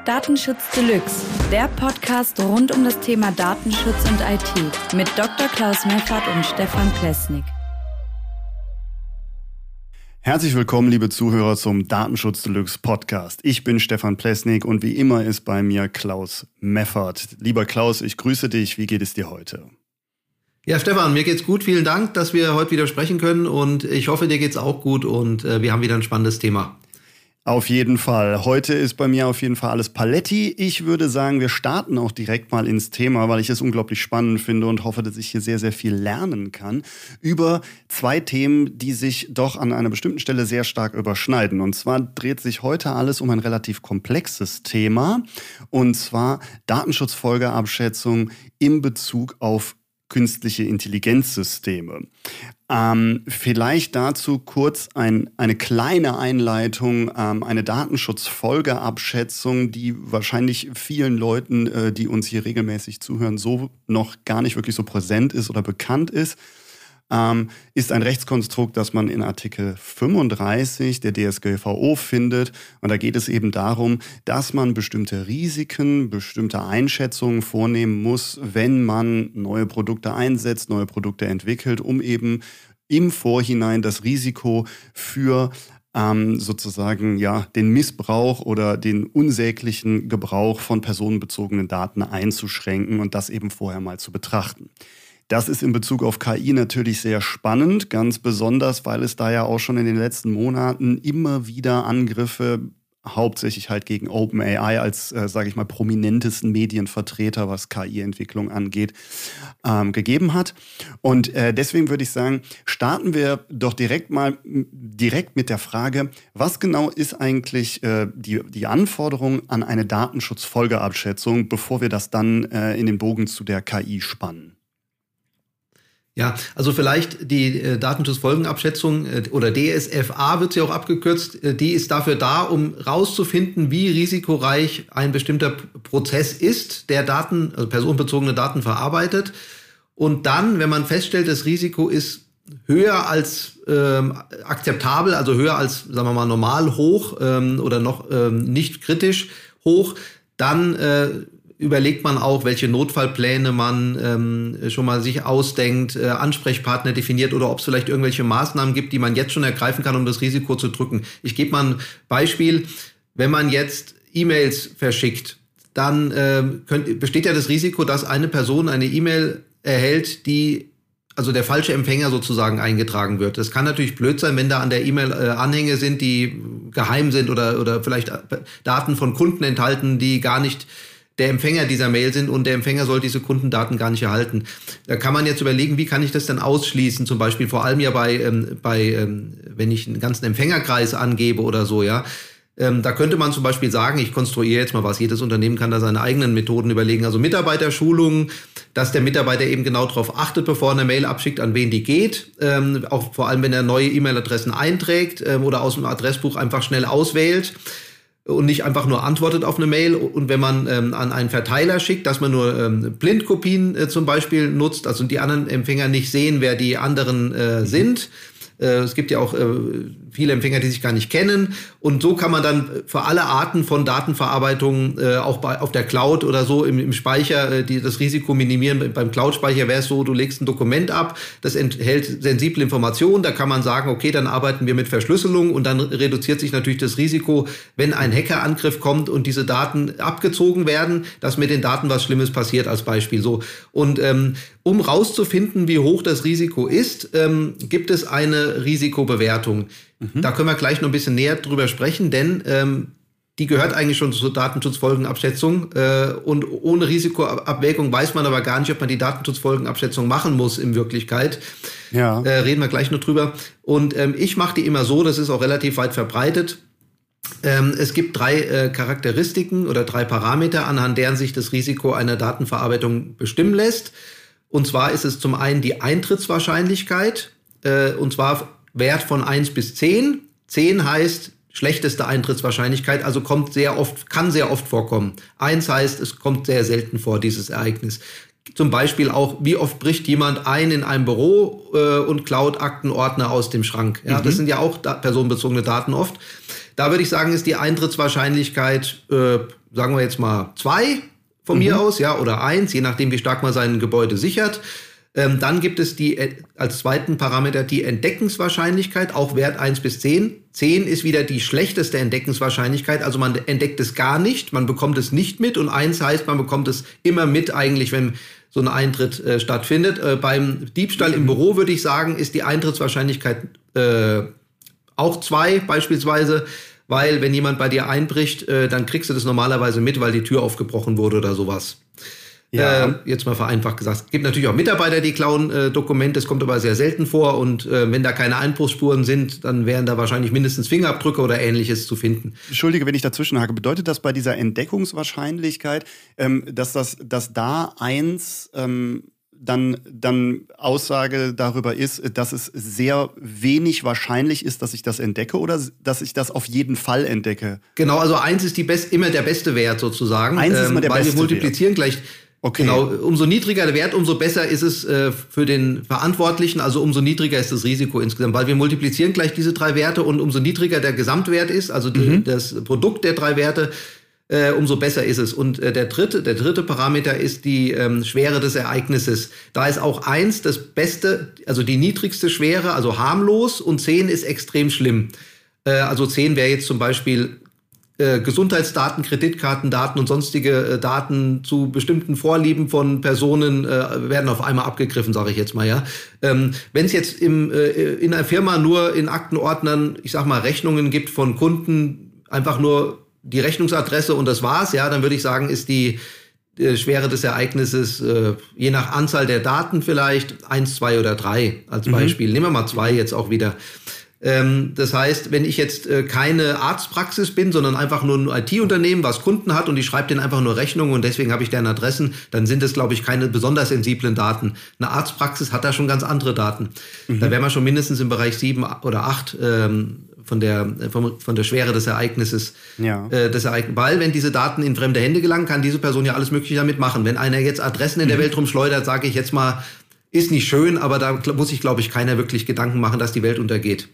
Datenschutz Deluxe, der Podcast rund um das Thema Datenschutz und IT mit Dr. Klaus Meffert und Stefan Plesnik. Herzlich willkommen, liebe Zuhörer, zum Datenschutz Deluxe Podcast. Ich bin Stefan Plesnik und wie immer ist bei mir Klaus Meffert. Lieber Klaus, ich grüße dich. Wie geht es dir heute? Ja, Stefan, mir geht's gut. Vielen Dank, dass wir heute wieder sprechen können und ich hoffe, dir geht's auch gut und wir haben wieder ein spannendes Thema. Auf jeden Fall. Heute ist bei mir auf jeden Fall alles Paletti. Ich würde sagen, wir starten auch direkt mal ins Thema, weil ich es unglaublich spannend finde und hoffe, dass ich hier sehr, sehr viel lernen kann über zwei Themen, die sich doch an einer bestimmten Stelle sehr stark überschneiden. Und zwar dreht sich heute alles um ein relativ komplexes Thema, und zwar Datenschutzfolgeabschätzung in Bezug auf künstliche Intelligenzsysteme. Vielleicht dazu kurz eine kleine Einleitung, eine Datenschutzfolgeabschätzung, die wahrscheinlich vielen Leuten, die uns hier regelmäßig zuhören, so noch gar nicht wirklich so präsent ist oder bekannt ist. Ist ein Rechtskonstrukt, das man in Artikel 35 der DSGVO findet. Und da geht es eben darum, dass man bestimmte Risiken, bestimmte Einschätzungen vornehmen muss, wenn man neue Produkte einsetzt, neue Produkte entwickelt, um eben im Vorhinein das Risiko für sozusagen den Missbrauch oder den unsäglichen Gebrauch von personenbezogenen Daten einzuschränken und das eben vorher mal zu betrachten. Das ist in Bezug auf KI natürlich sehr spannend, ganz besonders, weil es da ja auch schon in den letzten Monaten immer wieder Angriffe, hauptsächlich halt gegen OpenAI als, sage ich mal, prominentesten Medienvertreter, was KI-Entwicklung angeht, gegeben hat. Und deswegen würde ich sagen, starten wir doch direkt mit der Frage, was genau ist eigentlich die Anforderung an eine Datenschutzfolgeabschätzung, bevor wir das dann in den Bogen zu der KI spannen? Ja, also vielleicht die Datenschutzfolgenabschätzung oder DSFA wird sie auch abgekürzt, die ist dafür da, um rauszufinden, wie risikoreich ein bestimmter Prozess ist, der Daten, also personenbezogene Daten verarbeitet. Und dann, wenn man feststellt, das Risiko ist höher als akzeptabel, also höher als, sagen wir mal, normal hoch oder noch nicht kritisch hoch, dann überlegt man auch, welche Notfallpläne man schon mal sich ausdenkt, Ansprechpartner definiert oder ob es vielleicht irgendwelche Maßnahmen gibt, die man jetzt schon ergreifen kann, um das Risiko zu drücken. Ich gebe mal ein Beispiel. Wenn man jetzt E-Mails verschickt, dann besteht ja das Risiko, dass eine Person eine E-Mail erhält, also der falsche Empfänger sozusagen eingetragen wird. Das kann natürlich blöd sein, wenn da an der E-Mail Anhänge sind, die geheim sind oder vielleicht Daten von Kunden enthalten, die gar nicht der Empfänger dieser Mail sind und der Empfänger soll diese Kundendaten gar nicht erhalten. Da kann man jetzt überlegen, wie kann ich das denn ausschließen? Zum Beispiel vor allem ja wenn ich einen ganzen Empfängerkreis angebe oder so, ja. Da könnte man zum Beispiel sagen, ich konstruiere jetzt mal was. Jedes Unternehmen kann da seine eigenen Methoden überlegen. Also Mitarbeiterschulungen, dass der Mitarbeiter eben genau darauf achtet, bevor er eine Mail abschickt, an wen die geht. Auch vor allem, wenn er neue E-Mail-Adressen einträgt oder aus dem Adressbuch einfach schnell auswählt und nicht einfach nur antwortet auf eine Mail. Und wenn man an einen Verteiler schickt, dass man nur Blindkopien zum Beispiel nutzt, also die anderen Empfänger nicht sehen, wer die anderen sind. Es gibt ja auch viele Empfänger, die sich gar nicht kennen. Und so kann man dann für alle Arten von Datenverarbeitung auch auf der Cloud oder so im Speicher das Risiko minimieren. Beim Cloud-Speicher wäre es so, du legst ein Dokument ab, das enthält sensible Informationen. Da kann man sagen, okay, dann arbeiten wir mit Verschlüsselung und dann reduziert sich natürlich das Risiko, wenn ein Hackerangriff kommt und diese Daten abgezogen werden, dass mit den Daten was Schlimmes passiert als Beispiel. So. Und um rauszufinden, wie hoch das Risiko ist, gibt es eine Risikobewertung. Da können wir gleich noch ein bisschen näher drüber sprechen, denn die gehört eigentlich schon zur Datenschutzfolgenabschätzung. Und ohne Risikoabwägung weiß man aber gar nicht, ob man die Datenschutzfolgenabschätzung machen muss in Wirklichkeit. Ja. Reden wir gleich noch drüber. Und ich mache die immer so, das ist auch relativ weit verbreitet. Es gibt 3 Charakteristiken oder 3 Parameter, anhand deren sich das Risiko einer Datenverarbeitung bestimmen lässt. Und zwar ist es zum einen die Eintrittswahrscheinlichkeit, und zwar Wert von 1 bis 10. 10 heißt schlechteste Eintrittswahrscheinlichkeit, also kann sehr oft vorkommen. 1 heißt, es kommt sehr selten vor, dieses Ereignis. zum Beispiel auch, wie oft bricht jemand ein in einem Büro und klaut Aktenordner aus dem Schrank. Ja, das sind ja auch personenbezogene Daten oft. Da würde ich sagen, ist die Eintrittswahrscheinlichkeit, sagen wir jetzt mal 2 von mir aus, ja, oder 1, je nachdem, wie stark man sein Gebäude sichert. Dann gibt es als zweiten Parameter die Entdeckungswahrscheinlichkeit, auch Wert 1 bis 10. 10 ist wieder die schlechteste Entdeckungswahrscheinlichkeit, also man entdeckt es gar nicht, man bekommt es nicht mit, und 1 heißt, man bekommt es immer mit eigentlich, wenn so ein Eintritt stattfindet. Beim Diebstahl im Büro würde ich sagen, ist die Eintrittswahrscheinlichkeit auch 2 beispielsweise, weil wenn jemand bei dir einbricht, dann kriegst du das normalerweise mit, weil die Tür aufgebrochen wurde oder sowas. Ja. Jetzt mal vereinfacht gesagt. Es gibt natürlich auch Mitarbeiter, die klauen Dokumente, das kommt aber sehr selten vor, und wenn da keine Einbruchsspuren sind, dann wären da wahrscheinlich mindestens Fingerabdrücke oder Ähnliches zu finden. Entschuldige, wenn ich dazwischenhake. Bedeutet das bei dieser Entdeckungswahrscheinlichkeit, dass da 1 dann Aussage darüber ist, dass es sehr wenig wahrscheinlich ist, dass ich das entdecke, oder dass ich das auf jeden Fall entdecke? Genau, also 1 ist immer der beste Wert sozusagen. 1 ist immer der beste Weil wir multiplizieren Wert. Gleich. Okay. Genau, umso niedriger der Wert, umso besser ist es für den Verantwortlichen, also umso niedriger ist das Risiko insgesamt, weil wir multiplizieren gleich diese 3 Werte, und umso niedriger der Gesamtwert ist, also das Produkt der 3 Werte, umso besser ist es. Und der dritte Parameter ist die Schwere des Ereignisses. Da ist auch 1 das Beste, also die niedrigste Schwere, also harmlos, und 10 ist extrem schlimm. Also 10 wäre jetzt zum Beispiel Gesundheitsdaten, Kreditkartendaten und sonstige Daten zu bestimmten Vorlieben von Personen werden auf einmal abgegriffen, sage ich jetzt mal, ja. Wenn es jetzt in einer Firma nur in Aktenordnern, ich sag mal, Rechnungen gibt von Kunden, einfach nur die Rechnungsadresse und das war's, ja, dann würde ich sagen, ist die Schwere des Ereignisses je nach Anzahl der Daten vielleicht 1, 2 oder 3 als Beispiel. Nehmen wir mal 2 jetzt auch wieder. Das heißt, wenn ich jetzt keine Arztpraxis bin, sondern einfach nur ein IT-Unternehmen, was Kunden hat, und ich schreibe denen einfach nur Rechnungen und deswegen habe ich deren Adressen, dann sind es, glaube ich, keine besonders sensiblen Daten. Eine Arztpraxis hat da schon ganz andere Daten. Da wären wir schon mindestens im Bereich 7 oder 8 von der Schwere des Ereignisses. Ja. Weil, wenn diese Daten in fremde Hände gelangen, kann diese Person ja alles Mögliche damit machen. Wenn einer jetzt Adressen in der Welt rumschleudert, sage ich jetzt mal, ist nicht schön, aber da muss sich, glaube ich, keiner wirklich Gedanken machen, dass die Welt untergeht.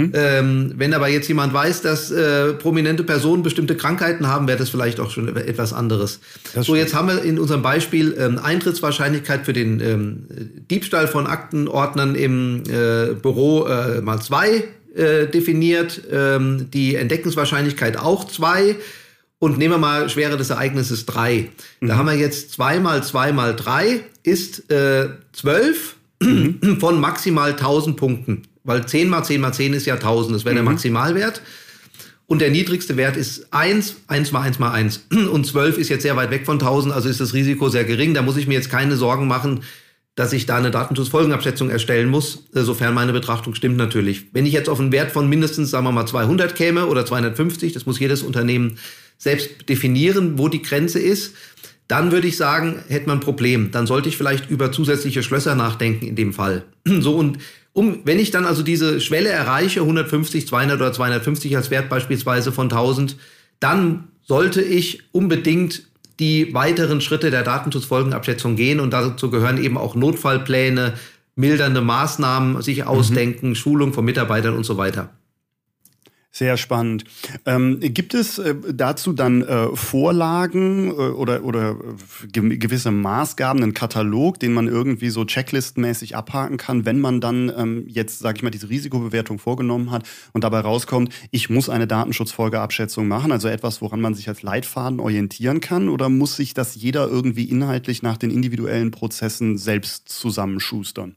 Wenn aber jetzt jemand weiß, dass prominente Personen bestimmte Krankheiten haben, wäre das vielleicht auch schon etwas anderes. So, jetzt haben wir in unserem Beispiel Eintrittswahrscheinlichkeit für den Diebstahl von Aktenordnern im Büro mal 2 definiert, die Entdeckungswahrscheinlichkeit auch 2. Und nehmen wir mal Schwere des Ereignisses 3. Da haben wir jetzt 2 mal 2 mal 3 ist 12 von maximal 1000 Punkten. Weil 10 mal 10 mal 10 ist ja 1000, das wäre der Maximalwert. Und der niedrigste Wert ist 1, 1 mal 1 mal 1. Und 12 ist jetzt sehr weit weg von 1000, also ist das Risiko sehr gering. Da muss ich mir jetzt keine Sorgen machen, dass ich da eine Datenschutzfolgenabschätzung erstellen muss, sofern meine Betrachtung stimmt natürlich. Wenn ich jetzt auf einen Wert von mindestens, sagen wir mal, 200 käme oder 250, das muss jedes Unternehmen selbst definieren, wo die Grenze ist, dann würde ich sagen, hätte man ein Problem. Dann sollte ich vielleicht über zusätzliche Schlösser nachdenken in dem Fall. So, und wenn ich dann also diese Schwelle erreiche, 150, 200 oder 250 als Wert beispielsweise von 1000, dann sollte ich unbedingt die weiteren Schritte der Datenschutzfolgenabschätzung gehen, und dazu gehören eben auch Notfallpläne, mildernde Maßnahmen sich ausdenken, Schulung von Mitarbeitern und so weiter. Sehr spannend. Gibt es dazu dann Vorlagen oder gewisse Maßgaben, einen Katalog, den man irgendwie so checklistenmäßig abhaken kann, wenn man dann jetzt, sage ich mal, diese Risikobewertung vorgenommen hat und dabei rauskommt, ich muss eine Datenschutzfolgeabschätzung machen, also etwas, woran man sich als Leitfaden orientieren kann, oder muss sich das jeder irgendwie inhaltlich nach den individuellen Prozessen selbst zusammenschustern?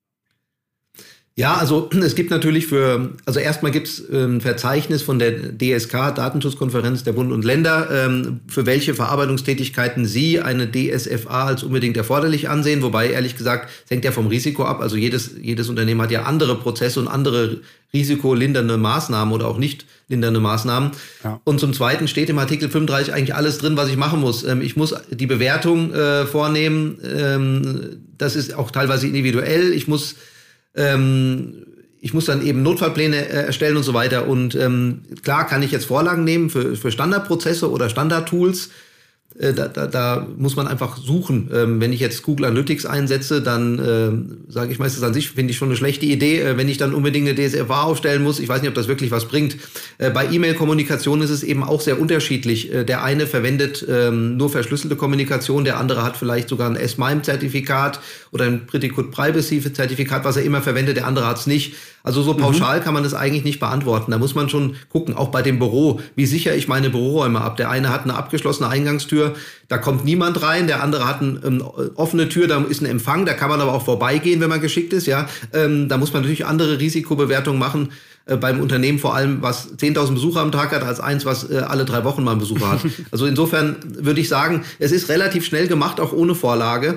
Ja, also es gibt natürlich erstmal gibt es ein Verzeichnis von der DSK, Datenschutzkonferenz der Bund und Länder, für welche Verarbeitungstätigkeiten Sie eine DSFA als unbedingt erforderlich ansehen, wobei ehrlich gesagt, es hängt ja vom Risiko ab, also jedes Unternehmen hat ja andere Prozesse und andere risikolindernde Maßnahmen oder auch nicht lindernde Maßnahmen. Ja. Und zum Zweiten steht im Artikel 35 eigentlich alles drin, was ich machen muss. Ich muss die Bewertung vornehmen, das ist auch teilweise individuell, ich muss dann eben Notfallpläne erstellen und so weiter. Und klar kann ich jetzt Vorlagen nehmen für Standardprozesse oder Standardtools. Da muss man einfach suchen. Wenn ich jetzt Google Analytics einsetze, dann sage ich meistens an sich, finde ich schon eine schlechte Idee, wenn ich dann unbedingt eine DSFA aufstellen muss. Ich weiß nicht, ob das wirklich was bringt. Bei E-Mail-Kommunikation ist es eben auch sehr unterschiedlich. Der eine verwendet nur verschlüsselte Kommunikation, der andere hat vielleicht sogar ein S-MIME-Zertifikat oder ein Pretty Good Privacy-Zertifikat, was er immer verwendet, der andere hat es nicht. Also so pauschal kann man das eigentlich nicht beantworten. Da muss man schon gucken, auch bei dem Büro, wie sichere ich meine Büroräume ab. Der eine hat eine abgeschlossene Eingangstür, da kommt niemand rein, der andere hat eine offene Tür, da ist ein Empfang, da kann man aber auch vorbeigehen, wenn man geschickt ist. Ja, da muss man natürlich andere Risikobewertungen machen, beim Unternehmen vor allem, was 10.000 Besucher am Tag hat, als eins, was alle 3 Wochen mal einen Besucher hat. Also insofern würde ich sagen, es ist relativ schnell gemacht, auch ohne Vorlage.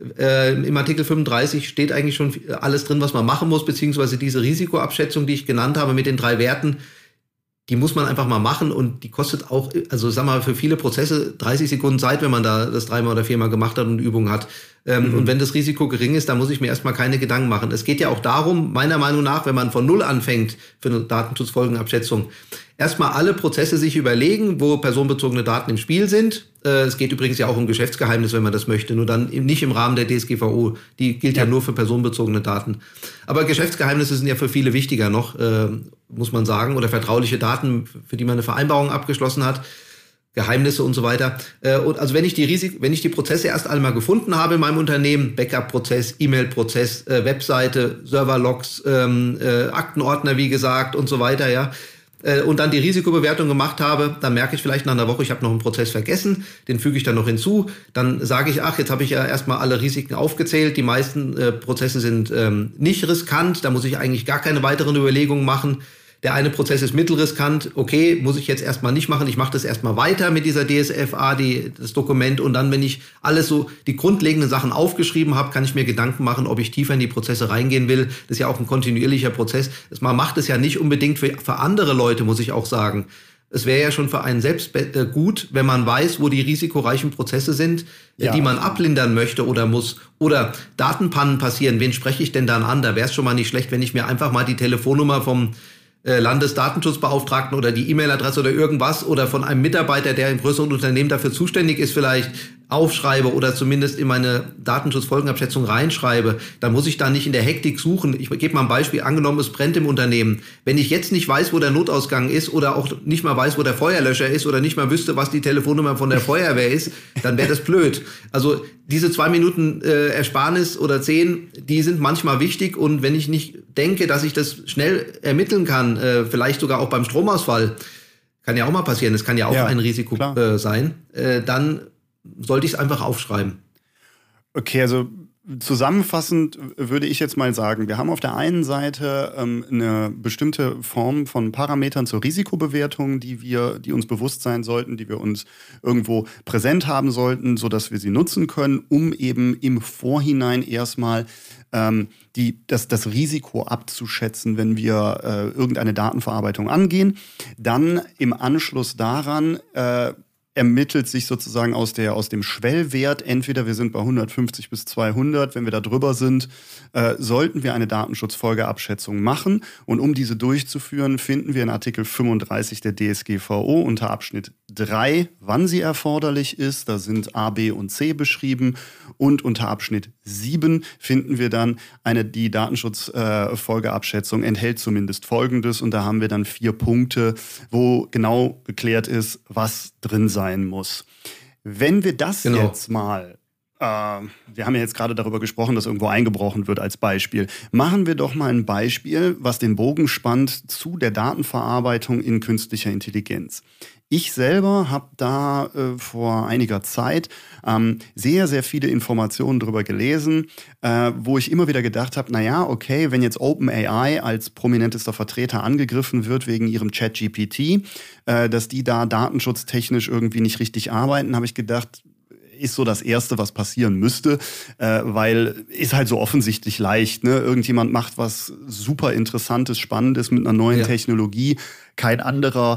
Im Artikel 35 steht eigentlich schon alles drin, was man machen muss, beziehungsweise diese Risikoabschätzung, die ich genannt habe mit den 3 Werten, die muss man einfach mal machen und die kostet auch, also sagen wir mal, für viele Prozesse 30 Sekunden Zeit, wenn man da das 3-mal oder 4-mal gemacht hat und Übung hat. Und wenn das Risiko gering ist, dann muss ich mir erstmal keine Gedanken machen. Es geht ja auch darum, meiner Meinung nach, wenn man von Null anfängt für eine Datenschutzfolgenabschätzung, erstmal alle Prozesse sich überlegen, wo personenbezogene Daten im Spiel sind. Es geht übrigens ja auch um Geschäftsgeheimnis, wenn man das möchte, nur dann nicht im Rahmen der DSGVO. Die gilt ja nur für personenbezogene Daten. Aber Geschäftsgeheimnisse sind ja für viele wichtiger noch, muss man sagen, oder vertrauliche Daten, für die man eine Vereinbarung abgeschlossen hat. Geheimnisse und so weiter. Und also wenn ich die Prozesse erst einmal gefunden habe in meinem Unternehmen, Backup-Prozess, E-Mail-Prozess, Webseite, Serverlogs, Aktenordner, wie gesagt, und so weiter, ja, und dann die Risikobewertung gemacht habe, dann merke ich vielleicht nach einer Woche, ich habe noch einen Prozess vergessen, den füge ich dann noch hinzu, dann sage ich, ach, jetzt habe ich ja erstmal alle Risiken aufgezählt, die meisten Prozesse sind nicht riskant, da muss ich eigentlich gar keine weiteren Überlegungen machen. Der eine Prozess ist mittelriskant, okay, muss ich jetzt erstmal nicht machen, ich mache das erstmal weiter mit dieser DSFA, das Dokument, und dann, wenn ich alles so die grundlegenden Sachen aufgeschrieben habe, kann ich mir Gedanken machen, ob ich tiefer in die Prozesse reingehen will. Das ist ja auch ein kontinuierlicher Prozess. Man macht es ja nicht unbedingt für andere Leute, muss ich auch sagen. Es wäre ja schon für einen selbst gut, wenn man weiß, wo die risikoreichen Prozesse sind, die man ablindern möchte oder muss. Oder Datenpannen passieren, wen spreche ich denn dann an? Da wäre es schon mal nicht schlecht, wenn ich mir einfach mal die Telefonnummer vom Landesdatenschutzbeauftragten oder die E-Mail-Adresse oder irgendwas oder von einem Mitarbeiter, der im größeren Unternehmen dafür zuständig ist, vielleicht aufschreibe oder zumindest in meine Datenschutzfolgenabschätzung reinschreibe, dann muss ich da nicht in der Hektik suchen. Ich gebe mal ein Beispiel, angenommen, es brennt im Unternehmen. Wenn ich jetzt nicht weiß, wo der Notausgang ist oder auch nicht mal weiß, wo der Feuerlöscher ist oder nicht mal wüsste, was die Telefonnummer von der Feuerwehr ist, dann wäre das blöd. Also diese 2 Minuten Ersparnis oder 10, die sind manchmal wichtig, und wenn ich nicht denke, dass ich das schnell ermitteln kann, vielleicht sogar auch beim Stromausfall, kann ja auch mal passieren, das kann ja auch ein Risiko sein, dann sollte ich es einfach aufschreiben. Okay, also zusammenfassend würde ich jetzt mal sagen, wir haben auf der einen Seite eine bestimmte Form von Parametern zur Risikobewertung, die uns bewusst sein sollten, die wir uns irgendwo präsent haben sollten, sodass wir sie nutzen können, um eben im Vorhinein erstmal das Risiko abzuschätzen, wenn wir irgendeine Datenverarbeitung angehen. Dann im Anschluss daran ermittelt sich sozusagen aus dem Schwellwert, entweder wir sind bei 150 bis 200, wenn wir da drüber sind, sollten wir eine Datenschutzfolgeabschätzung machen. Und um diese durchzuführen, finden wir in Artikel 35 der DSGVO unter Abschnitt 3, wann sie erforderlich ist. Da sind A, B und C beschrieben. Und unter Abschnitt 7 finden wir dann die Datenschutzfolgeabschätzung enthält zumindest Folgendes. Und da haben wir dann 4 Punkte, wo genau geklärt ist, was drin sein muss. Wenn wir das jetzt mal, wir haben ja jetzt gerade darüber gesprochen, dass irgendwo eingebrochen wird als Beispiel. Machen wir doch mal ein Beispiel, was den Bogen spannt zu der Datenverarbeitung in künstlicher Intelligenz. Ich selber habe da vor einiger Zeit sehr, sehr viele Informationen darüber gelesen, wo ich immer wieder gedacht habe, naja, okay, wenn jetzt OpenAI als prominentester Vertreter angegriffen wird wegen ihrem ChatGPT, dass die da datenschutztechnisch irgendwie nicht richtig arbeiten, habe ich gedacht, ist so das Erste, was passieren müsste, weil ist halt so offensichtlich leicht, ne? Irgendjemand macht was super Interessantes, Spannendes mit einer neuen Technologie, kein anderer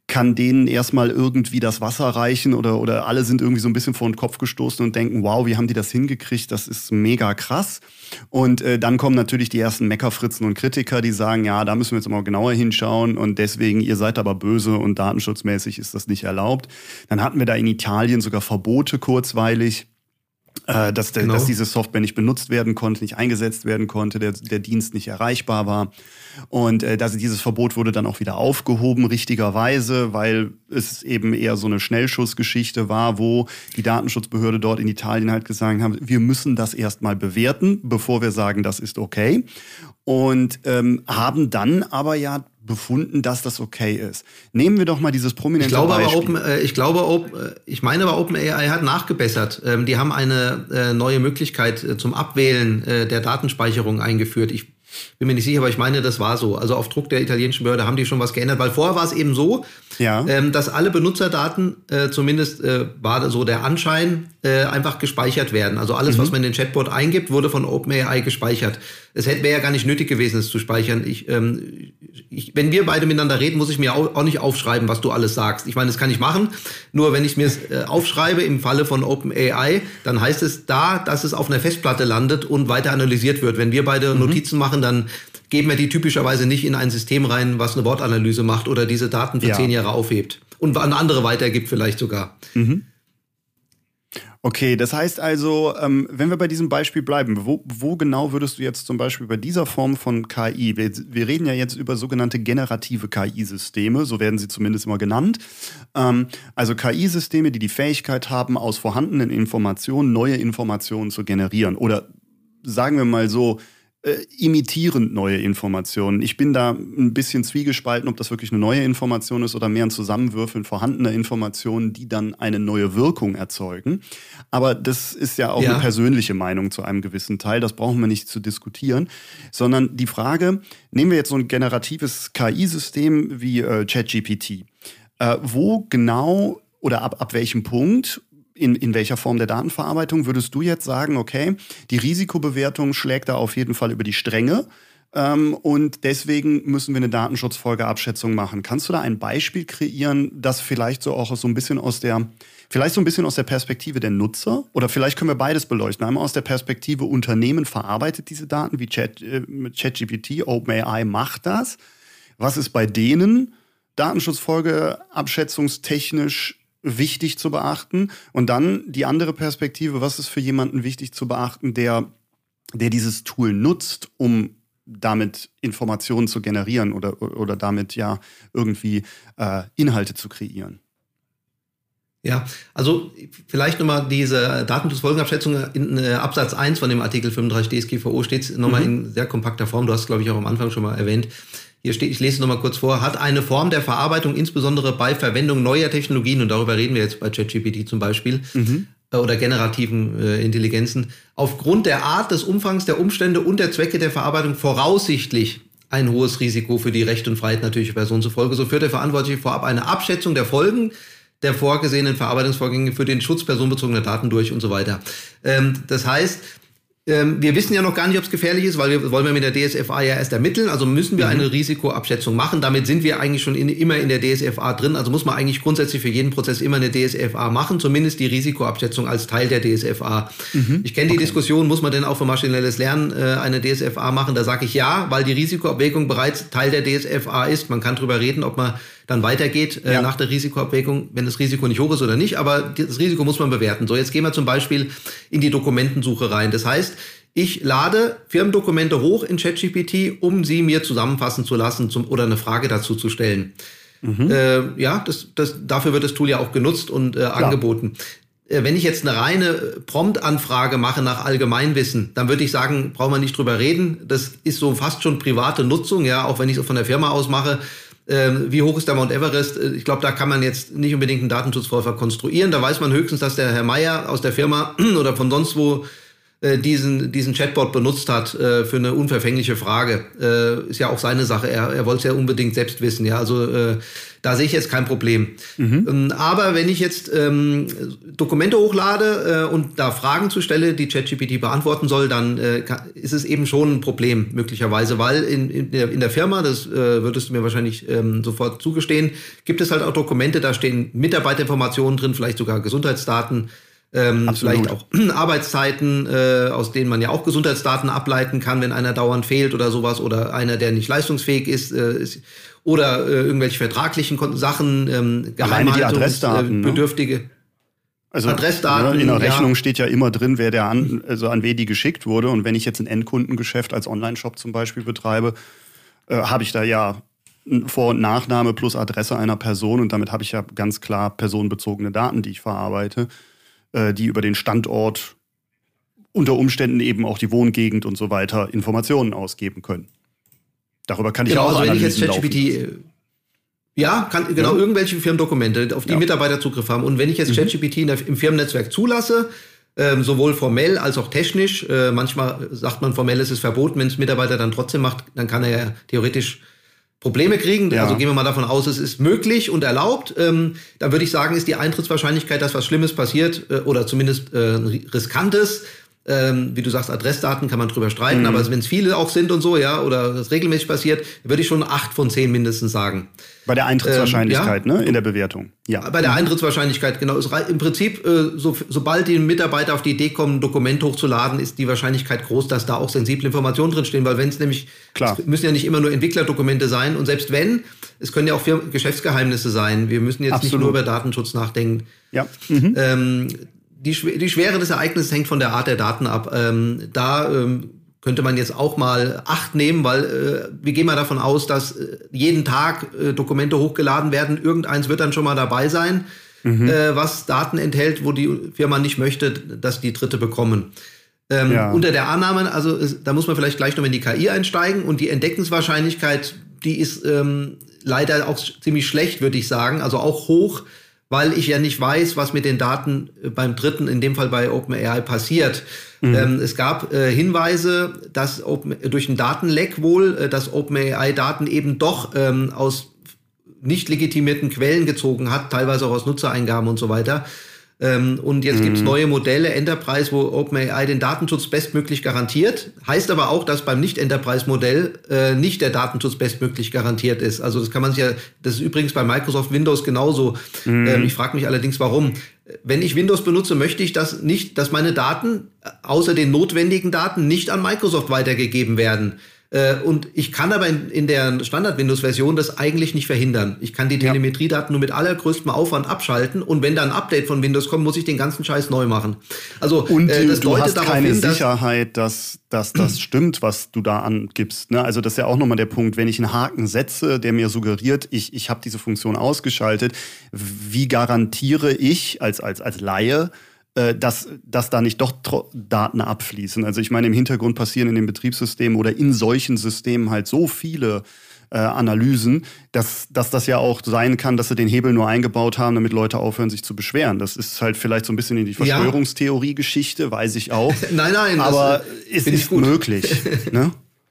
kann denen erstmal irgendwie das Wasser reichen oder alle sind irgendwie so ein bisschen vor den Kopf gestoßen und denken, wow, wie haben die das hingekriegt? Das ist mega krass. Und dann kommen natürlich die ersten Meckerfritzen und Kritiker, die sagen, ja, da müssen wir jetzt mal genauer hinschauen und deswegen, ihr seid aber böse und datenschutzmäßig ist das nicht erlaubt. Dann hatten wir da in Italien sogar Verbote kurzweilig, dass diese Software nicht benutzt werden konnte, nicht eingesetzt werden konnte, der Dienst nicht erreichbar war. Und dieses Verbot wurde dann auch wieder aufgehoben, richtigerweise, weil es eben eher so eine Schnellschussgeschichte war, wo die Datenschutzbehörde dort in Italien halt gesagt haben, wir müssen das erstmal bewerten, bevor wir sagen, das ist okay. Und haben dann aber ja befunden, dass das okay ist. Nehmen wir doch mal dieses prominente Beispiel. Ich meine aber OpenAI hat nachgebessert. Die haben eine neue Möglichkeit zum Abwählen der Datenspeicherung eingeführt. Ich bin mir nicht sicher, aber ich meine, das war so. Also auf Druck der italienischen Behörde haben die schon was geändert, weil vorher war es eben so, dass alle Benutzerdaten, zumindest war so der Anschein, einfach gespeichert werden. Also alles, was man in den Chatbot eingibt, wurde von OpenAI gespeichert. Es wäre ja gar nicht nötig gewesen, es zu speichern. Wenn wir beide miteinander reden, muss ich mir auch nicht aufschreiben, was du alles sagst. Ich meine, das kann ich machen. Nur wenn ich mir es aufschreibe im Falle von OpenAI, dann heißt es da, dass es auf einer Festplatte landet und weiter analysiert wird. Wenn wir beide Notizen machen, dann geben wir die typischerweise nicht in ein System rein, was eine Wortanalyse macht oder diese Daten für 10 Jahre aufhebt und an andere weitergibt vielleicht sogar. Okay, das heißt also, wenn wir bei diesem Beispiel bleiben, wo genau würdest du jetzt zum Beispiel bei dieser Form von KI, wir reden ja jetzt über sogenannte generative KI-Systeme, so werden sie zumindest immer genannt, also KI-Systeme, die die Fähigkeit haben, aus vorhandenen Informationen neue Informationen zu generieren oder sagen wir mal so, imitierend neue Informationen. Ich bin da ein bisschen zwiegespalten, ob das wirklich eine neue Information ist oder mehr ein Zusammenwürfeln vorhandener Informationen, die dann eine neue Wirkung erzeugen. Aber das ist ja auch eine persönliche Meinung zu einem gewissen Teil. Das brauchen wir nicht zu diskutieren, sondern die Frage, nehmen wir jetzt so ein generatives KI-System wie ChatGPT. Wo genau oder ab welchem Punkt in welcher Form der Datenverarbeitung würdest du jetzt sagen, okay, die Risikobewertung schlägt da auf jeden Fall über die Stränge und deswegen müssen wir eine Datenschutzfolgeabschätzung machen. Kannst du da ein Beispiel kreieren, das vielleicht so auch so ein bisschen aus der Perspektive der Nutzer oder vielleicht können wir beides beleuchten. Einmal aus der Perspektive Unternehmen verarbeitet diese Daten wie ChatGPT, OpenAI macht das. Was ist bei denen datenschutzfolgeabschätzungstechnisch wichtig zu beachten? Und dann die andere Perspektive, was ist für jemanden wichtig zu beachten, der dieses Tool nutzt, um damit Informationen zu generieren oder damit ja irgendwie Inhalte zu kreieren? Ja, also vielleicht nochmal diese Datenschutzfolgenabschätzung in Absatz 1 von dem Artikel 35 DSGVO steht nochmal in sehr kompakter Form. Du hast, glaube ich, auch am Anfang schon mal erwähnt. Hier steht, ich lese es nochmal kurz vor, hat eine Form der Verarbeitung, insbesondere bei Verwendung neuer Technologien, und darüber reden wir jetzt bei ChatGPT zum Beispiel, oder generativen Intelligenzen, aufgrund der Art, des Umfangs, der Umstände und der Zwecke der Verarbeitung voraussichtlich ein hohes Risiko für die Rechte und Freiheit natürlicher Personen zur Folge. So führt der Verantwortliche vorab eine Abschätzung der Folgen der vorgesehenen Verarbeitungsvorgänge für den Schutz personenbezogener Daten durch und so weiter. Das heißt, wir wissen ja noch gar nicht, ob es gefährlich ist, weil wollen wir mit der DSFA ja erst ermitteln. Also müssen wir eine Risikoabschätzung machen. Damit sind wir eigentlich schon immer in der DSFA drin. Also muss man eigentlich grundsätzlich für jeden Prozess immer eine DSFA machen, zumindest die Risikoabschätzung als Teil der DSFA. Ich kenne die Diskussion, muss man denn auch für maschinelles Lernen eine DSFA machen? Da sage ich ja, weil die Risikoabwägung bereits Teil der DSFA ist. Man kann drüber reden, ob man dann weitergeht nach der Risikoabwägung, wenn das Risiko nicht hoch ist oder nicht. Aber das Risiko muss man bewerten. So, jetzt gehen wir zum Beispiel in die Dokumentensuche rein. Das heißt, ich lade Firmendokumente hoch in ChatGPT, um sie mir zusammenfassen zu lassen oder eine Frage dazu zu stellen. Dafür wird das Tool ja auch genutzt und angeboten. Wenn ich jetzt eine reine Prompt-Anfrage mache nach Allgemeinwissen, dann würde ich sagen, brauchen wir nicht drüber reden. Das ist so fast schon private Nutzung, ja, auch wenn ich es von der Firma aus mache. Wie hoch ist der Mount Everest? Ich glaube, da kann man jetzt nicht unbedingt einen Datenschutzvorfall konstruieren. Da weiß man höchstens, dass der Herr Meier aus der Firma oder von sonst wo diesen Chatbot benutzt hat für eine unverfängliche Frage. Ist ja auch seine Sache. Er wollte es ja unbedingt selbst wissen. Ja, also da sehe ich jetzt kein Problem. Aber wenn ich jetzt Dokumente hochlade und da Fragen zu stelle, die ChatGPT beantworten soll, dann ist es eben schon ein Problem möglicherweise, weil in der Firma, das würdest du mir wahrscheinlich sofort zugestehen, gibt es halt auch Dokumente, da stehen Mitarbeiterinformationen drin, vielleicht sogar Gesundheitsdaten, vielleicht auch Arbeitszeiten, aus denen man ja auch Gesundheitsdaten ableiten kann, wenn einer dauernd fehlt oder sowas, oder einer, der nicht leistungsfähig ist, oder irgendwelche vertraglichen Sachen, Geheimhaltungsbedürftige. Ne? Also Adressdaten. In der Rechnung steht ja immer drin, wer an wen die geschickt wurde. Und wenn ich jetzt ein Endkundengeschäft als Online-Shop zum Beispiel betreibe, habe ich da ja Vor- und Nachname plus Adresse einer Person. Und damit habe ich ja ganz klar personenbezogene Daten, die ich verarbeite, die über den Standort, unter Umständen eben auch die Wohngegend und so weiter Informationen ausgeben können. Darüber kann ich auch also wenn ich jetzt Analysen ChatGPT irgendwelche Firmendokumente, auf die Mitarbeiter Zugriff haben. Und wenn ich jetzt ChatGPT im Firmennetzwerk zulasse, sowohl formell als auch technisch, manchmal sagt man formell, ist es verboten, wenn es Mitarbeiter dann trotzdem macht, dann kann er ja theoretisch Probleme kriegen. Ja. Also gehen wir mal davon aus, es ist möglich und erlaubt. Dann würde ich sagen, ist die Eintrittswahrscheinlichkeit, dass was Schlimmes passiert oder zumindest Riskantes, wie du sagst, Adressdaten kann man drüber streiten, aber wenn es viele auch sind und so, ja, oder das regelmäßig passiert, würde ich schon 8 von 10 mindestens sagen. Bei der Eintrittswahrscheinlichkeit, ne, in der Bewertung. Ja. Bei der Eintrittswahrscheinlichkeit, genau. Im Prinzip, sobald die Mitarbeiter auf die Idee kommen, ein Dokument hochzuladen, ist die Wahrscheinlichkeit groß, dass da auch sensible Informationen drinstehen, weil wenn es nämlich, es müssen ja nicht immer nur Entwicklerdokumente sein, und selbst wenn, es können ja auch Geschäftsgeheimnisse sein. Wir müssen jetzt nicht nur über Datenschutz nachdenken. Ja. Die Schwere des Ereignisses hängt von der Art der Daten ab. Könnte man jetzt auch mal Acht nehmen, weil wir gehen mal davon aus, dass jeden Tag Dokumente hochgeladen werden. Irgendeins wird dann schon mal dabei sein, was Daten enthält, wo die Firma nicht möchte, dass die Dritte bekommen. Unter der Annahme, also da muss man vielleicht gleich noch in die KI einsteigen, und die Entdeckungswahrscheinlichkeit, die ist leider auch ziemlich schlecht, würde ich sagen, also auch hoch, weil ich ja nicht weiß, was mit den Daten beim Dritten, in dem Fall bei OpenAI, passiert. Es gab Hinweise, dass durch einen Datenleck wohl, dass OpenAI Daten eben doch aus nicht legitimierten Quellen gezogen hat, teilweise auch aus Nutzereingaben und so weiter. Und jetzt gibt's neue Modelle, Enterprise, wo OpenAI den Datenschutz bestmöglich garantiert. Heißt aber auch, dass beim Nicht-Enterprise-Modell nicht der Datenschutz bestmöglich garantiert ist. Also das kann man sich ja, das ist übrigens bei Microsoft Windows genauso. Ich frage mich allerdings, warum. Wenn ich Windows benutze, möchte ich das nicht, dass meine Daten, außer den notwendigen Daten, nicht an Microsoft weitergegeben werden. Und ich kann aber in der Standard-Windows-Version das eigentlich nicht verhindern. Ich kann die Telemetriedaten nur mit allergrößtem Aufwand abschalten, und wenn da ein Update von Windows kommt, muss ich den ganzen Scheiß neu machen. Also und das du hast keine Sicherheit, dass das stimmt, was du da angibst. Ne? Also das ist ja auch nochmal der Punkt, wenn ich einen Haken setze, der mir suggeriert, ich habe diese Funktion ausgeschaltet, wie garantiere ich als Laie, dass da nicht doch Daten abfließen. Also ich meine, im Hintergrund passieren in den Betriebssystemen oder in solchen Systemen halt so viele Analysen, dass das ja auch sein kann, dass sie den Hebel nur eingebaut haben, damit Leute aufhören, sich zu beschweren. Das ist halt vielleicht so ein bisschen in die Verschwörungstheorie-Geschichte, weiß ich auch. Nein, aber es ist möglich. Ne?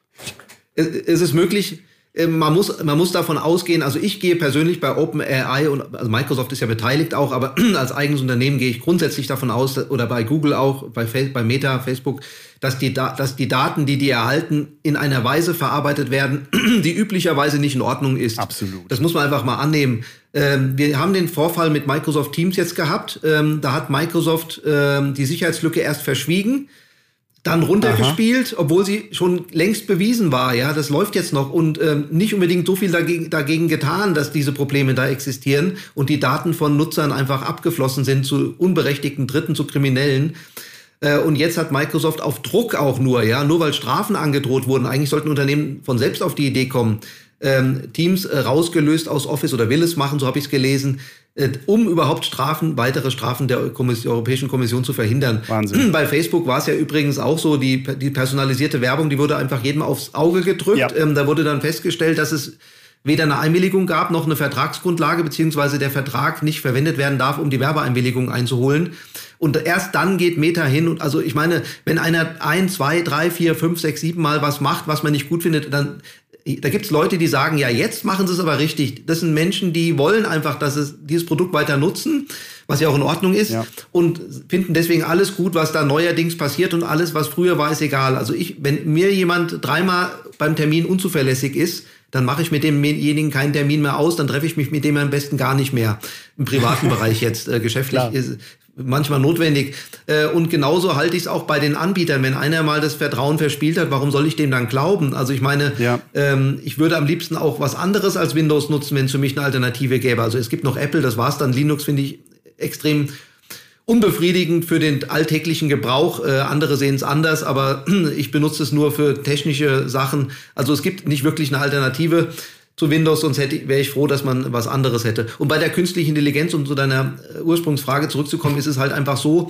Es ist möglich. Man muss davon ausgehen, also ich gehe persönlich bei OpenAI, und also Microsoft ist ja beteiligt auch, aber als eigenes Unternehmen gehe ich grundsätzlich davon aus, oder bei Google auch, bei Meta, Facebook, dass die Daten, die erhalten, in einer Weise verarbeitet werden, die üblicherweise nicht in Ordnung ist. Absolut. Das muss man einfach mal annehmen. Wir haben den Vorfall mit Microsoft Teams jetzt gehabt. Da hat Microsoft die Sicherheitslücke erst verschwiegen, dann runtergespielt, obwohl sie schon längst bewiesen war. Ja, das läuft jetzt noch, und nicht unbedingt so viel dagegen getan, dass diese Probleme da existieren und die Daten von Nutzern einfach abgeflossen sind zu unberechtigten Dritten, zu Kriminellen. Und jetzt hat Microsoft auf Druck auch nur weil Strafen angedroht wurden. Eigentlich sollten Unternehmen von selbst auf die Idee kommen, Teams rausgelöst aus Office, oder will es machen, so habe ich es gelesen, um überhaupt weitere Strafen der Europäischen Kommission zu verhindern. Wahnsinn. Bei Facebook war es ja übrigens auch so, die personalisierte Werbung, die wurde einfach jedem aufs Auge gedrückt. Ja. Da wurde dann festgestellt, dass es weder eine Einwilligung gab, noch eine Vertragsgrundlage, beziehungsweise der Vertrag nicht verwendet werden darf, um die Werbeeinwilligung einzuholen. Und erst dann geht Meta hin. Und also ich meine, wenn einer 1, 2, 3, 4, 5, 6, 7 Mal was macht, was man nicht gut findet, dann da gibt's Leute, die sagen, ja, jetzt machen sie es aber richtig. Das sind Menschen, die wollen einfach, dass es dieses Produkt weiter nutzen, was ja auch in Ordnung ist, und finden deswegen alles gut, was da neuerdings passiert, und alles, was früher war, ist egal. Also wenn mir jemand 3-mal beim Termin unzuverlässig ist, dann mache ich mit demjenigen keinen Termin mehr aus, dann treffe ich mich mit dem am besten gar nicht mehr. Im privaten Bereich jetzt, geschäftlich ist manchmal notwendig. Und genauso halte ich es auch bei den Anbietern. Wenn einer mal das Vertrauen verspielt hat, warum soll ich dem dann glauben? Also ich meine, ich würde am liebsten auch was anderes als Windows nutzen, wenn es für mich eine Alternative gäbe. Also es gibt noch Apple, das war's dann. Linux finde ich extrem unbefriedigend für den alltäglichen Gebrauch. Andere sehen es anders, aber ich benutze es nur für technische Sachen. Also es gibt nicht wirklich eine Alternative zu Windows, sonst wäre ich froh, dass man was anderes hätte. Und bei der künstlichen Intelligenz, um zu deiner Ursprungsfrage zurückzukommen, ist es halt einfach so,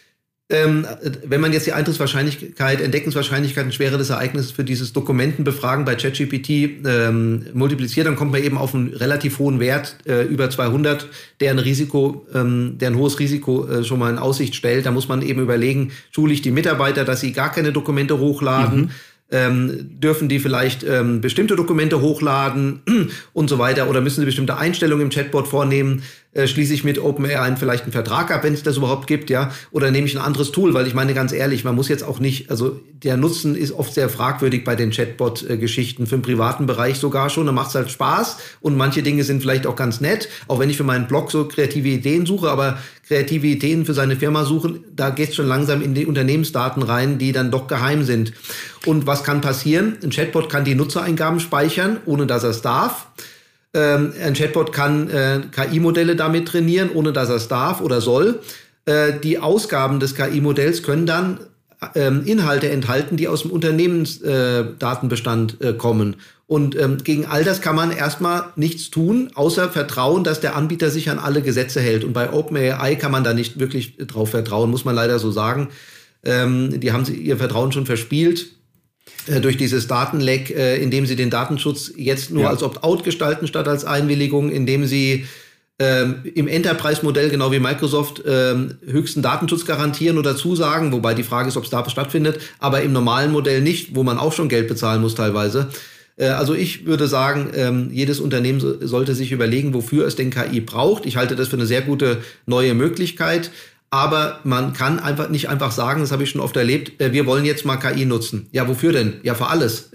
wenn man jetzt die Eintrittswahrscheinlichkeit, Entdeckungswahrscheinlichkeit und Schwere des Ereignisses für dieses Dokumentenbefragen bei ChatGPT multipliziert, dann kommt man eben auf einen relativ hohen Wert, über 200, der ein hohes Risiko schon mal in Aussicht stellt. Da muss man eben überlegen, schule ich die Mitarbeiter, dass sie gar keine Dokumente hochladen, dürfen die vielleicht bestimmte Dokumente hochladen und so weiter, oder müssen sie bestimmte Einstellungen im Chatbot vornehmen, schließe ich mit OpenAI vielleicht einen Vertrag ab, wenn es das überhaupt gibt, ja, oder nehme ich ein anderes Tool, weil ich meine, ganz ehrlich, man muss jetzt auch nicht, also der Nutzen ist oft sehr fragwürdig bei den Chatbot-Geschichten, für den privaten Bereich sogar schon, da macht es halt Spaß und manche Dinge sind vielleicht auch ganz nett, auch wenn ich für meinen Blog so kreative Ideen suche, aber kreative Ideen für seine Firma suchen, da geht es schon langsam in die Unternehmensdaten rein, die dann doch geheim sind. Und was kann passieren? Ein Chatbot kann die Nutzereingaben speichern, ohne dass er es darf. Ein Chatbot kann KI-Modelle damit trainieren, ohne dass er es darf oder soll. Die Ausgaben des KI-Modells können dann Inhalte enthalten, die aus dem Unternehmensdatenbestand kommen. Und gegen all das kann man erstmal nichts tun, außer vertrauen, dass der Anbieter sich an alle Gesetze hält. Und bei OpenAI kann man da nicht wirklich drauf vertrauen, muss man leider so sagen. Die haben ihr Vertrauen schon verspielt durch dieses Datenleck, indem sie den Datenschutz jetzt nur als Opt-out gestalten statt als Einwilligung, indem sie im Enterprise-Modell, genau wie Microsoft, höchsten Datenschutz garantieren oder zusagen, wobei die Frage ist, ob es da stattfindet, aber im normalen Modell nicht, wo man auch schon Geld bezahlen muss teilweise. Also ich würde sagen, jedes Unternehmen sollte sich überlegen, wofür es denn KI braucht. Ich halte das für eine sehr gute neue Möglichkeit. Aber man kann nicht einfach sagen, das habe ich schon oft erlebt, wir wollen jetzt mal KI nutzen. Ja, wofür denn? Ja, für alles.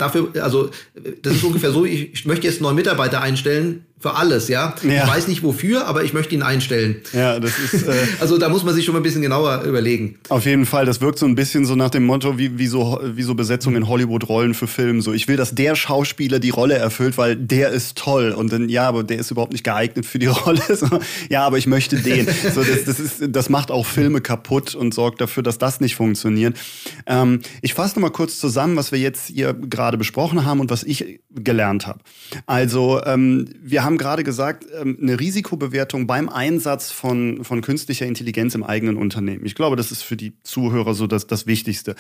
Das ist ungefähr so, ich möchte jetzt einen neuen Mitarbeiter einstellen, für alles, ja. Ich weiß nicht wofür, aber ich möchte ihn einstellen. Ja, das ist... also da muss man sich schon mal ein bisschen genauer überlegen. Auf jeden Fall, das wirkt so ein bisschen so nach dem Motto, wie so Besetzung in Hollywood-Rollen für Filme. So, ich will, dass der Schauspieler die Rolle erfüllt, weil der ist toll. Und dann, ja, aber der ist überhaupt nicht geeignet für die Rolle. So, ja, aber ich möchte den. So, das macht auch Filme kaputt und sorgt dafür, dass das nicht funktioniert. Ich fasse noch mal kurz zusammen, was wir jetzt hier gerade besprochen haben und was ich gelernt habe. Also, wir haben gerade gesagt, eine Risikobewertung beim Einsatz von künstlicher Intelligenz im eigenen Unternehmen. Ich glaube, das ist für die Zuhörer so das Wichtigste.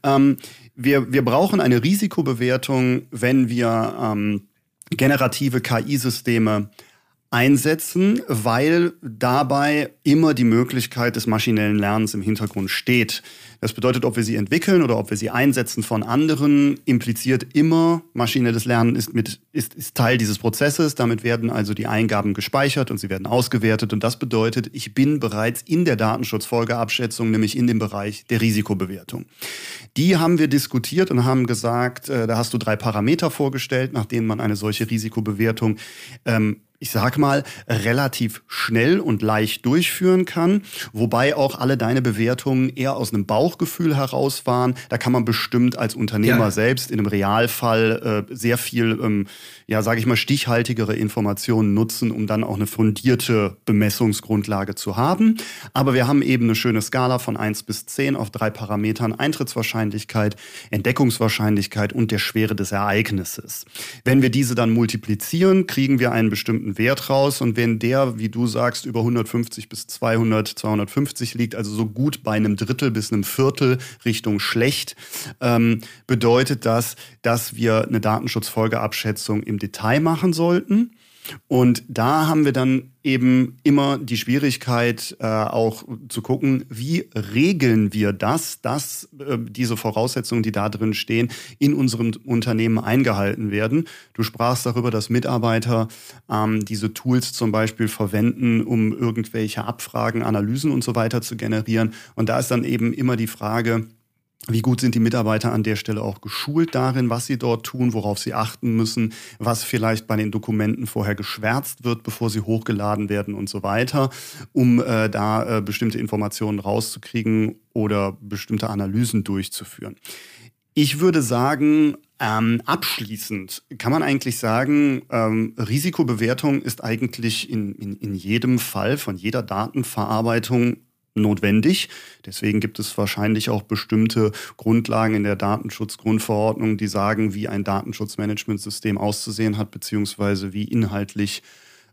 Wir brauchen eine Risikobewertung, wenn wir generative KI-Systeme einsetzen, weil dabei immer die Möglichkeit des maschinellen Lernens im Hintergrund steht. Das bedeutet, ob wir sie entwickeln oder ob wir sie einsetzen von anderen, impliziert immer, maschinelles Lernen ist Teil dieses Prozesses. Damit werden also die Eingaben gespeichert und sie werden ausgewertet. Und das bedeutet, ich bin bereits in der Datenschutzfolgeabschätzung, nämlich in dem Bereich der Risikobewertung. Die haben wir diskutiert und haben gesagt, da hast du 3 Parameter vorgestellt, nach denen man eine solche Risikobewertung ich sag mal, relativ schnell und leicht durchführen kann, wobei auch alle deine Bewertungen eher aus einem Bauchgefühl heraus waren. Da kann man bestimmt als Unternehmer selbst in einem Realfall sehr viel, sage ich mal, stichhaltigere Informationen nutzen, um dann auch eine fundierte Bemessungsgrundlage zu haben. Aber wir haben eben eine schöne Skala von 1 bis 10 auf 3 Parametern: Eintrittswahrscheinlichkeit, Entdeckungswahrscheinlichkeit und der Schwere des Ereignisses. Wenn wir diese dann multiplizieren, kriegen wir einen bestimmten bestimmten Wert raus. Und wenn der, wie du sagst, über 150 bis 200, 250 liegt, also so gut bei einem Drittel bis einem Viertel Richtung schlecht, bedeutet das, dass wir eine Datenschutzfolgeabschätzung im Detail machen sollten. Und da haben wir dann eben immer die Schwierigkeit, auch zu gucken, wie regeln wir das, dass diese Voraussetzungen, die da drin stehen, in unserem Unternehmen eingehalten werden. Du sprachst darüber, dass Mitarbeiter diese Tools zum Beispiel verwenden, um irgendwelche Abfragen, Analysen und so weiter zu generieren. Und da ist dann eben immer die Frage, wie gut sind die Mitarbeiter an der Stelle auch geschult darin, was sie dort tun, worauf sie achten müssen, was vielleicht bei den Dokumenten vorher geschwärzt wird, bevor sie hochgeladen werden und so weiter, um da bestimmte Informationen rauszukriegen oder bestimmte Analysen durchzuführen. Ich würde sagen, abschließend kann man eigentlich sagen, Risikobewertung ist eigentlich in jedem Fall von jeder Datenverarbeitung notwendig. Deswegen gibt es wahrscheinlich auch bestimmte Grundlagen in der Datenschutzgrundverordnung, die sagen, wie ein Datenschutzmanagementsystem auszusehen hat, beziehungsweise wie inhaltlich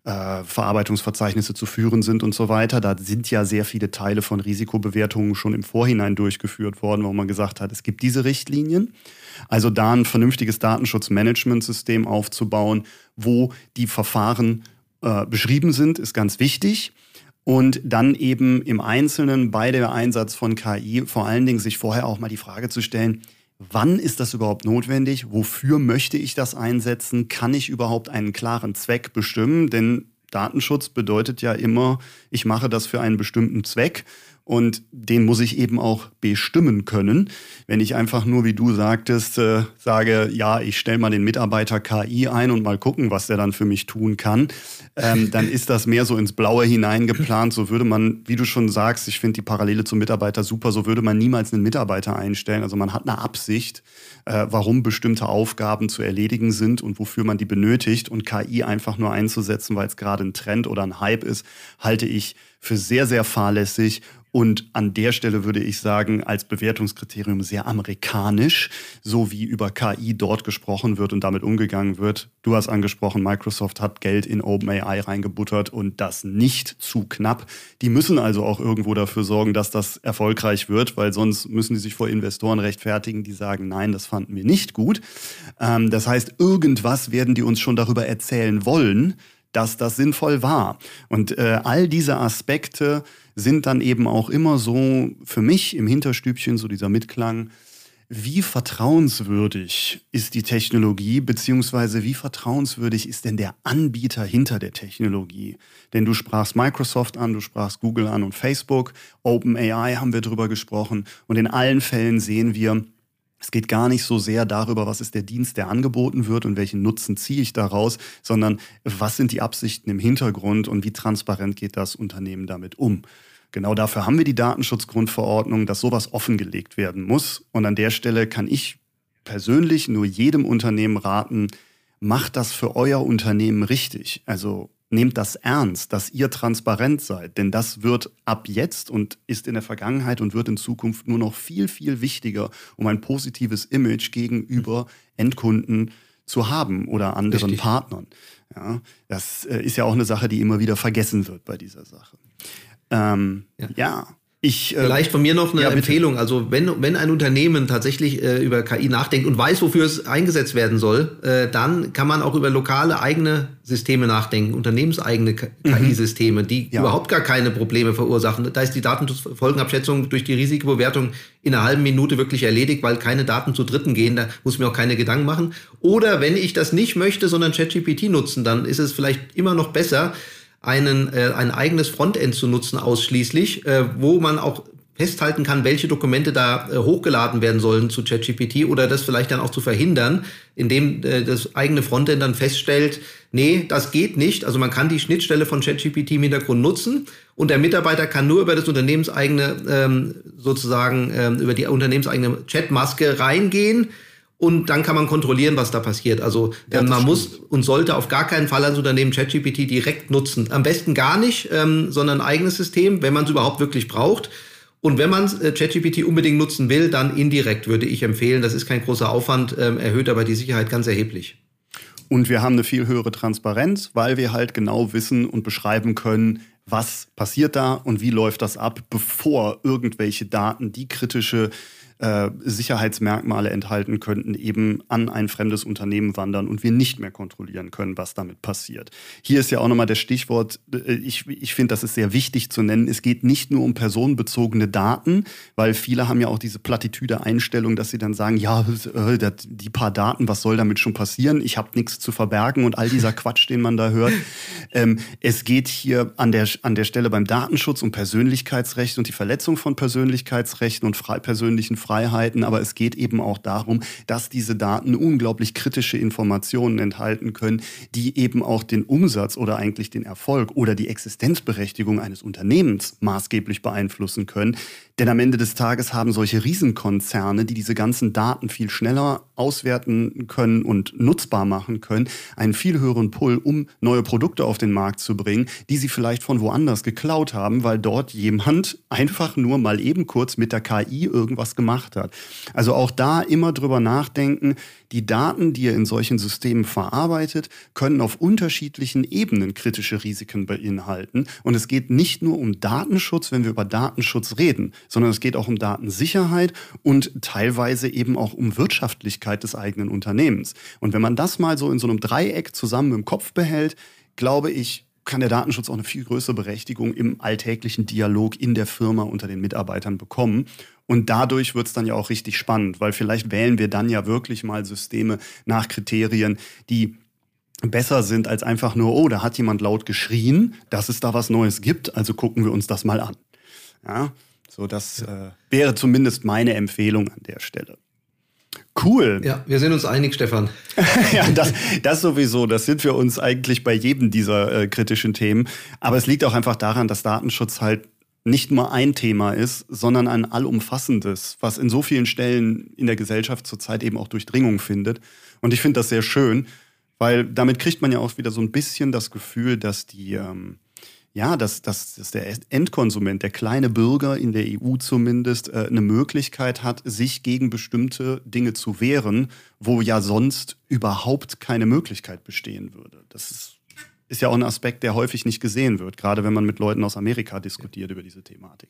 Verarbeitungsverzeichnisse zu führen sind und so weiter. Da sind ja sehr viele Teile von Risikobewertungen schon im Vorhinein durchgeführt worden, wo man gesagt hat, es gibt diese Richtlinien. Also da ein vernünftiges Datenschutzmanagementsystem aufzubauen, wo die Verfahren beschrieben sind, ist ganz wichtig. Und dann eben im Einzelnen bei der Einsatz von KI vor allen Dingen sich vorher auch mal die Frage zu stellen, wann ist das überhaupt notwendig? Wofür möchte ich das einsetzen? Kann ich überhaupt einen klaren Zweck bestimmen? Denn Datenschutz bedeutet ja immer, ich mache das für einen bestimmten Zweck. Und den muss ich eben auch bestimmen können. Wenn ich einfach nur, wie du sagtest, sage, ja, ich stelle mal den Mitarbeiter KI ein und mal gucken, was der dann für mich tun kann, dann ist das mehr so ins Blaue hineingeplant. So würde man, wie du schon sagst, ich finde die Parallele zum Mitarbeiter super, so würde man niemals einen Mitarbeiter einstellen. Also man hat eine Absicht, warum bestimmte Aufgaben zu erledigen sind und wofür man die benötigt. Und KI einfach nur einzusetzen, weil es gerade ein Trend oder ein Hype ist, halte ich für sehr, sehr fahrlässig. Und an der Stelle würde ich sagen, als Bewertungskriterium sehr amerikanisch, so wie über KI dort gesprochen wird und damit umgegangen wird. Du hast angesprochen, Microsoft hat Geld in OpenAI reingebuttert und das nicht zu knapp. Die müssen also auch irgendwo dafür sorgen, dass das erfolgreich wird, weil sonst müssen die sich vor Investoren rechtfertigen, die sagen, nein, das fanden wir nicht gut. Das heißt, irgendwas werden die uns schon darüber erzählen wollen, dass das sinnvoll war. Und all diese Aspekte sind dann eben auch immer so für mich im Hinterstübchen so dieser Mitklang, wie vertrauenswürdig ist die Technologie, beziehungsweise wie vertrauenswürdig ist denn der Anbieter hinter der Technologie? Denn du sprachst Microsoft an, du sprachst Google an und Facebook, OpenAI haben wir drüber gesprochen und in allen Fällen sehen wir, es geht gar nicht so sehr darüber, was ist der Dienst, der angeboten wird und welchen Nutzen ziehe ich daraus, sondern was sind die Absichten im Hintergrund und wie transparent geht das Unternehmen damit um. Genau dafür haben wir die Datenschutzgrundverordnung, dass sowas offengelegt werden muss. Und an der Stelle kann ich persönlich nur jedem Unternehmen raten, macht das für euer Unternehmen richtig. Also nehmt das ernst, dass ihr transparent seid, denn das wird ab jetzt und ist in der Vergangenheit und wird in Zukunft nur noch viel, viel wichtiger, um ein positives Image gegenüber Endkunden zu haben oder anderen Partnern. Ja, das ist ja auch eine Sache, die immer wieder vergessen wird bei dieser Sache. Vielleicht von mir noch eine Empfehlung. Also wenn ein Unternehmen tatsächlich über KI nachdenkt und weiß, wofür es eingesetzt werden soll, dann kann man auch über lokale eigene Systeme nachdenken, unternehmenseigene KI-Systeme, die überhaupt gar keine Probleme verursachen. Da ist die Datenschutzfolgenabschätzung durch die Risikobewertung in einer halben Minute wirklich erledigt, weil keine Daten zu Dritten gehen. Da muss ich mir auch keine Gedanken machen. Oder wenn ich das nicht möchte, sondern ChatGPT nutzen, dann ist es vielleicht immer noch besser, ein eigenes Frontend zu nutzen ausschließlich, wo man auch festhalten kann, welche Dokumente da hochgeladen werden sollen zu ChatGPT oder das vielleicht dann auch zu verhindern, indem das eigene Frontend dann feststellt, nee, das geht nicht. Also man kann die Schnittstelle von ChatGPT im Hintergrund nutzen und der Mitarbeiter kann nur über das unternehmenseigene, über die unternehmenseigene Chatmaske reingehen. Und dann kann man kontrollieren, was da passiert. Also man muss und sollte auf gar keinen Fall als Unternehmen ChatGPT direkt nutzen. Am besten gar nicht, sondern ein eigenes System, wenn man es überhaupt wirklich braucht. Und wenn man ChatGPT unbedingt nutzen will, dann indirekt würde ich empfehlen. Das ist kein großer Aufwand, erhöht aber die Sicherheit ganz erheblich. Und wir haben eine viel höhere Transparenz, weil wir halt genau wissen und beschreiben können, was passiert da und wie läuft das ab, bevor irgendwelche Daten, die kritische Sicherheitsmerkmale enthalten könnten, eben an ein fremdes Unternehmen wandern und wir nicht mehr kontrollieren können, was damit passiert. Hier ist ja auch nochmal das Stichwort, ich finde, das ist sehr wichtig zu nennen, es geht nicht nur um personenbezogene Daten, weil viele haben ja auch diese plattitüde Einstellung, dass sie dann sagen, ja, die paar Daten, was soll damit schon passieren? Ich habe nichts zu verbergen und all dieser Quatsch, den man da hört. Es geht hier an der Stelle beim Datenschutz um Persönlichkeitsrechte und die Verletzung von Persönlichkeitsrechten und persönlichen Freiheiten, aber es geht eben auch darum, dass diese Daten unglaublich kritische Informationen enthalten können, die eben auch den Umsatz oder eigentlich den Erfolg oder die Existenzberechtigung eines Unternehmens maßgeblich beeinflussen können. Denn am Ende des Tages haben solche Riesenkonzerne, die diese ganzen Daten viel schneller auswerten können und nutzbar machen können, einen viel höheren Pull, um neue Produkte auf den Markt zu bringen, die sie vielleicht von woanders geklaut haben, weil dort jemand einfach nur mal eben kurz mit der KI irgendwas gemacht hat. Also auch da immer drüber nachdenken, die Daten, die ihr in solchen Systemen verarbeitet, können auf unterschiedlichen Ebenen kritische Risiken beinhalten. Und es geht nicht nur um Datenschutz, wenn wir über Datenschutz reden, sondern es geht auch um Datensicherheit und teilweise eben auch um Wirtschaftlichkeit des eigenen Unternehmens. Und wenn man das mal so in so einem Dreieck zusammen im Kopf behält, glaube ich, kann der Datenschutz auch eine viel größere Berechtigung im alltäglichen Dialog in der Firma unter den Mitarbeitern bekommen. Und dadurch wird es dann ja auch richtig spannend, weil vielleicht wählen wir dann ja wirklich mal Systeme nach Kriterien, die besser sind als einfach nur, oh, da hat jemand laut geschrien, dass es da was Neues gibt, also gucken wir uns das mal an. Ja, so das wäre zumindest meine Empfehlung an der Stelle. Cool. Ja, wir sind uns einig, Stefan. Ja, das sowieso. Das sind wir uns eigentlich bei jedem dieser kritischen Themen. Aber es liegt auch einfach daran, dass Datenschutz halt nicht nur ein Thema ist, sondern ein allumfassendes, was in so vielen Stellen in der Gesellschaft zurzeit eben auch Durchdringung findet. Und ich finde das sehr schön, weil damit kriegt man ja auch wieder so ein bisschen das Gefühl, dass dass der Endkonsument, der kleine Bürger in der EU zumindest, eine Möglichkeit hat, sich gegen bestimmte Dinge zu wehren, wo ja sonst überhaupt keine Möglichkeit bestehen würde. Das ist ja auch ein Aspekt, der häufig nicht gesehen wird, gerade wenn man mit Leuten aus Amerika diskutiert über diese Thematik.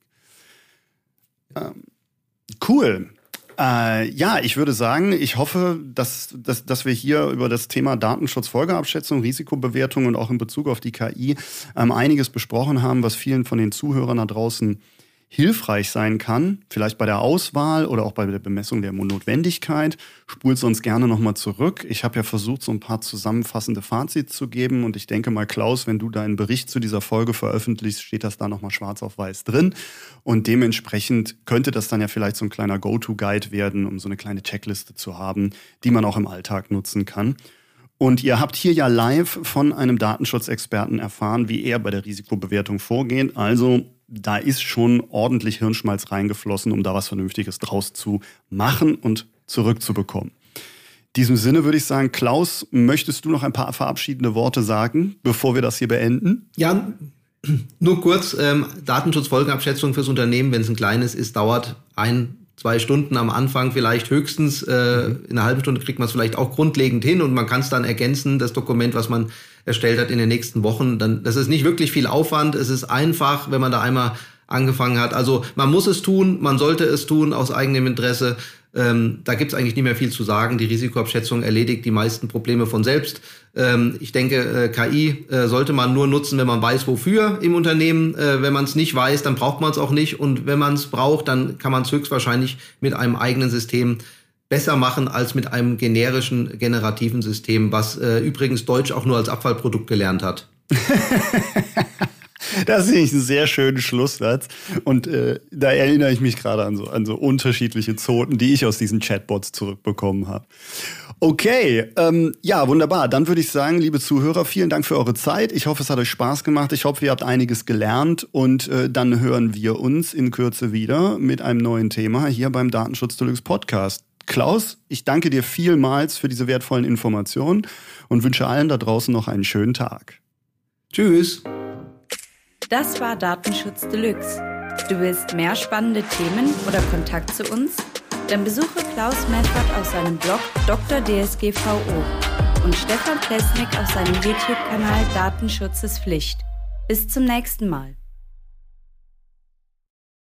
Cool. Ich würde sagen, ich hoffe, dass wir hier über das Thema Datenschutz, Folgeabschätzung, Risikobewertung und auch in Bezug auf die KI einiges besprochen haben, was vielen von den Zuhörern da draußen hilfreich sein kann, vielleicht bei der Auswahl oder auch bei der Bemessung der Notwendigkeit. Spult sonst gerne nochmal zurück. Ich habe ja versucht, so ein paar zusammenfassende Fazits zu geben und ich denke mal, Klaus, wenn du deinen Bericht zu dieser Folge veröffentlichst, steht das da nochmal schwarz auf weiß drin und dementsprechend könnte das dann ja vielleicht so ein kleiner Go-To-Guide werden, um so eine kleine Checkliste zu haben, die man auch im Alltag nutzen kann. Und ihr habt hier ja live von einem Datenschutzexperten erfahren, wie er bei der Risikobewertung vorgeht. Also da ist schon ordentlich Hirnschmalz reingeflossen, um da was Vernünftiges draus zu machen und zurückzubekommen. In diesem Sinne würde ich sagen, Klaus, möchtest du noch ein paar verabschiedende Worte sagen, bevor wir das hier beenden? Ja, nur kurz. Datenschutzfolgenabschätzung fürs Unternehmen, wenn es ein kleines ist, dauert 1-2 Stunden am Anfang vielleicht höchstens. In einer halben Stunde kriegt man es vielleicht auch grundlegend hin und man kann es dann ergänzen, das Dokument, was man erstellt hat in den nächsten Wochen. Das ist nicht wirklich viel Aufwand. Es ist einfach, wenn man da einmal angefangen hat. Also man muss es tun, man sollte es tun aus eigenem Interesse. Da gibt es eigentlich nicht mehr viel zu sagen. Die Risikoabschätzung erledigt die meisten Probleme von selbst. Ich denke, KI sollte man nur nutzen, wenn man weiß, wofür im Unternehmen. Wenn man es nicht weiß, dann braucht man es auch nicht. Und wenn man es braucht, dann kann man es höchstwahrscheinlich mit einem eigenen System besser machen als mit einem generischen, generativen System, was übrigens Deutsch auch nur als Abfallprodukt gelernt hat. Das finde ich einen sehr schönen Schlusssatz. Und da erinnere ich mich gerade an so unterschiedliche Zoten, die ich aus diesen Chatbots zurückbekommen habe. Okay, wunderbar. Dann würde ich sagen, liebe Zuhörer, vielen Dank für eure Zeit. Ich hoffe, es hat euch Spaß gemacht. Ich hoffe, ihr habt einiges gelernt. Und dann hören wir uns in Kürze wieder mit einem neuen Thema hier beim Datenschutz Deluxe Podcast. Klaus, ich danke dir vielmals für diese wertvollen Informationen und wünsche allen da draußen noch einen schönen Tag. Tschüss. Das war Datenschutz Deluxe. Du willst mehr spannende Themen oder Kontakt zu uns? Dann besuche Klaus Meffert auf seinem Blog Dr. DSGVO. und Stefan Plesnik auf seinem YouTube-Kanal Datenschutz ist Pflicht. Bis zum nächsten Mal.